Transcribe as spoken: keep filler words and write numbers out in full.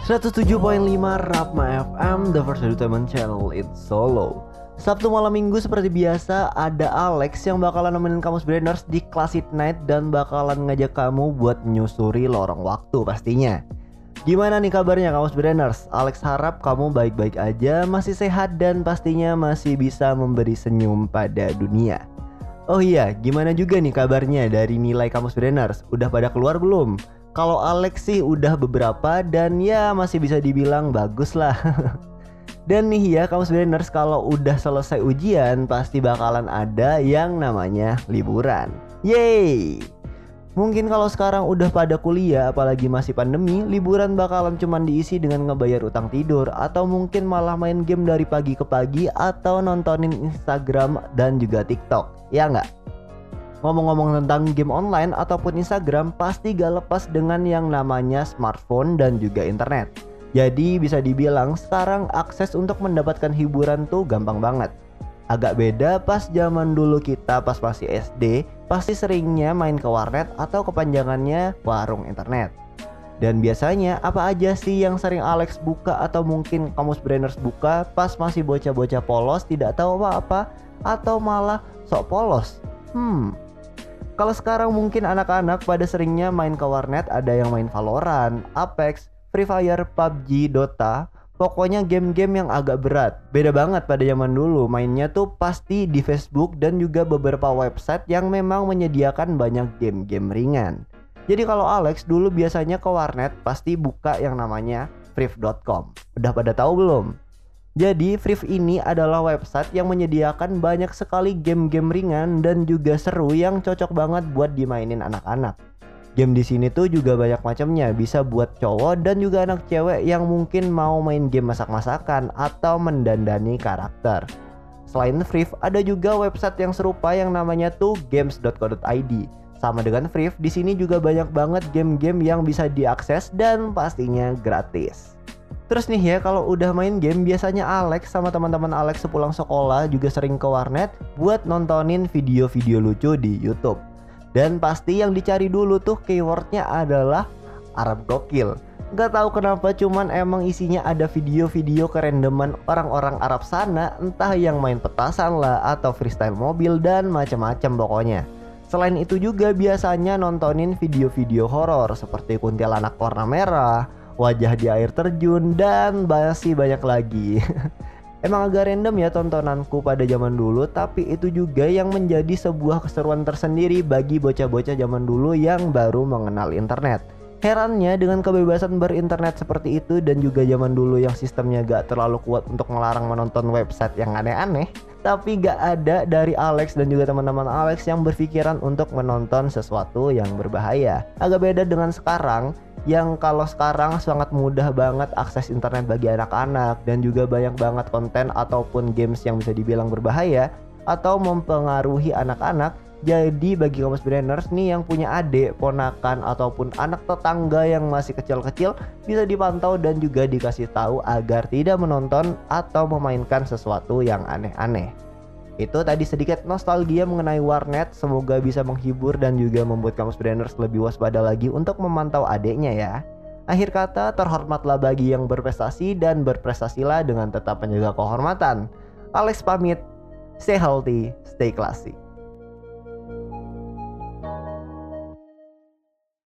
seratus tujuh koma lima Rapma F M, the first entertainment channel in Solo. Sabtu malam minggu seperti biasa ada Alex yang bakalan nemenin kamu Brainers di Class It Night dan bakalan ngajak kamu buat nyusuri lorong waktu pastinya. Gimana nih kabarnya kamu Brainers? Alex harap kamu baik-baik aja, masih sehat dan pastinya masih bisa memberi senyum pada dunia. Oh iya, gimana juga nih kabarnya dari nilai kamu Brainers? Udah pada keluar belum? Kalau Alex sih udah beberapa dan ya masih bisa dibilang bagus lah. Dan nih ya kamu Brainers, kalau udah selesai ujian pasti bakalan ada yang namanya liburan. Yeay! Mungkin kalau sekarang udah pada kuliah apalagi masih pandemi, liburan bakalan cuman diisi dengan ngebayar utang tidur, atau mungkin malah main game dari pagi ke pagi, atau nontonin Instagram dan juga TikTok. Ya nggak? Ngomong-ngomong tentang game online ataupun Instagram, pasti gak lepas dengan yang namanya smartphone dan juga internet. Jadi bisa dibilang sekarang akses untuk mendapatkan hiburan tuh gampang banget. Agak beda pas zaman dulu kita pas masih S D, pasti seringnya main ke warnet atau kepanjangannya warung internet. Dan biasanya apa aja sih yang sering Alex buka atau mungkin kamu Brainers buka pas masih bocah-bocah polos tidak tahu apa-apa atau malah sok polos? Hmm... Kalau sekarang mungkin anak-anak pada seringnya main ke warnet, ada yang main Valorant, Apex, Free Fire, P U B G, Dota. Pokoknya game-game yang agak berat. Beda banget pada zaman dulu, mainnya tuh pasti di Facebook dan juga beberapa website yang memang menyediakan banyak game-game ringan. Jadi kalau Alex dulu biasanya ke warnet pasti buka yang namanya Friv dot com. Udah pada tahu belum? Jadi Friv ini adalah website yang menyediakan banyak sekali game-game ringan dan juga seru yang cocok banget buat dimainin anak-anak. Game di sini tuh juga banyak macamnya, bisa buat cowok dan juga anak cewek yang mungkin mau main game masak-masakan atau mendandani karakter. Selain Friv, ada juga website yang serupa yang namanya tuh games dot co dot i d. Sama dengan Friv, di sini juga banyak banget game-game yang bisa diakses dan pastinya gratis. Terus nih ya, kalau udah main game biasanya Alex sama teman-teman Alex sepulang sekolah juga sering ke warnet buat nontonin video-video lucu di YouTube. Dan pasti yang dicari dulu tuh keywordnya adalah Arab Gokil. Gak tahu kenapa, cuman emang isinya ada video-video kerendeman orang-orang Arab sana, entah yang main petasan lah atau freestyle mobil dan macam-macam pokoknya. Selain itu juga biasanya nontonin video-video horor seperti kuntilanak warna merah, wajah di air terjun, dan masih banyak lagi. Emang agak random ya tontonanku pada zaman dulu, tapi itu juga yang menjadi sebuah keseruan tersendiri bagi bocah-bocah zaman dulu yang baru mengenal internet. Herannya dengan kebebasan berinternet seperti itu dan juga zaman dulu yang sistemnya gak terlalu kuat untuk melarang menonton website yang aneh-aneh, tapi gak ada dari Alex dan juga teman-teman Alex yang berpikiran untuk menonton sesuatu yang berbahaya. Agak beda dengan sekarang, yang kalau sekarang sangat mudah banget akses internet bagi anak-anak dan juga banyak banget konten ataupun games yang bisa dibilang berbahaya atau mempengaruhi anak-anak. Jadi bagi kamu Brainers nih yang punya adik, ponakan ataupun anak tetangga yang masih kecil-kecil, bisa dipantau dan juga dikasih tahu agar tidak menonton atau memainkan sesuatu yang aneh-aneh. Itu tadi sedikit nostalgia mengenai warnet, semoga bisa menghibur dan juga membuat kamu Brainers lebih waspada lagi untuk memantau adiknya ya. Akhir kata, terhormatlah bagi yang berprestasi dan berprestasilah dengan tetap menjaga kehormatan. Alex pamit, stay healthy, stay classy.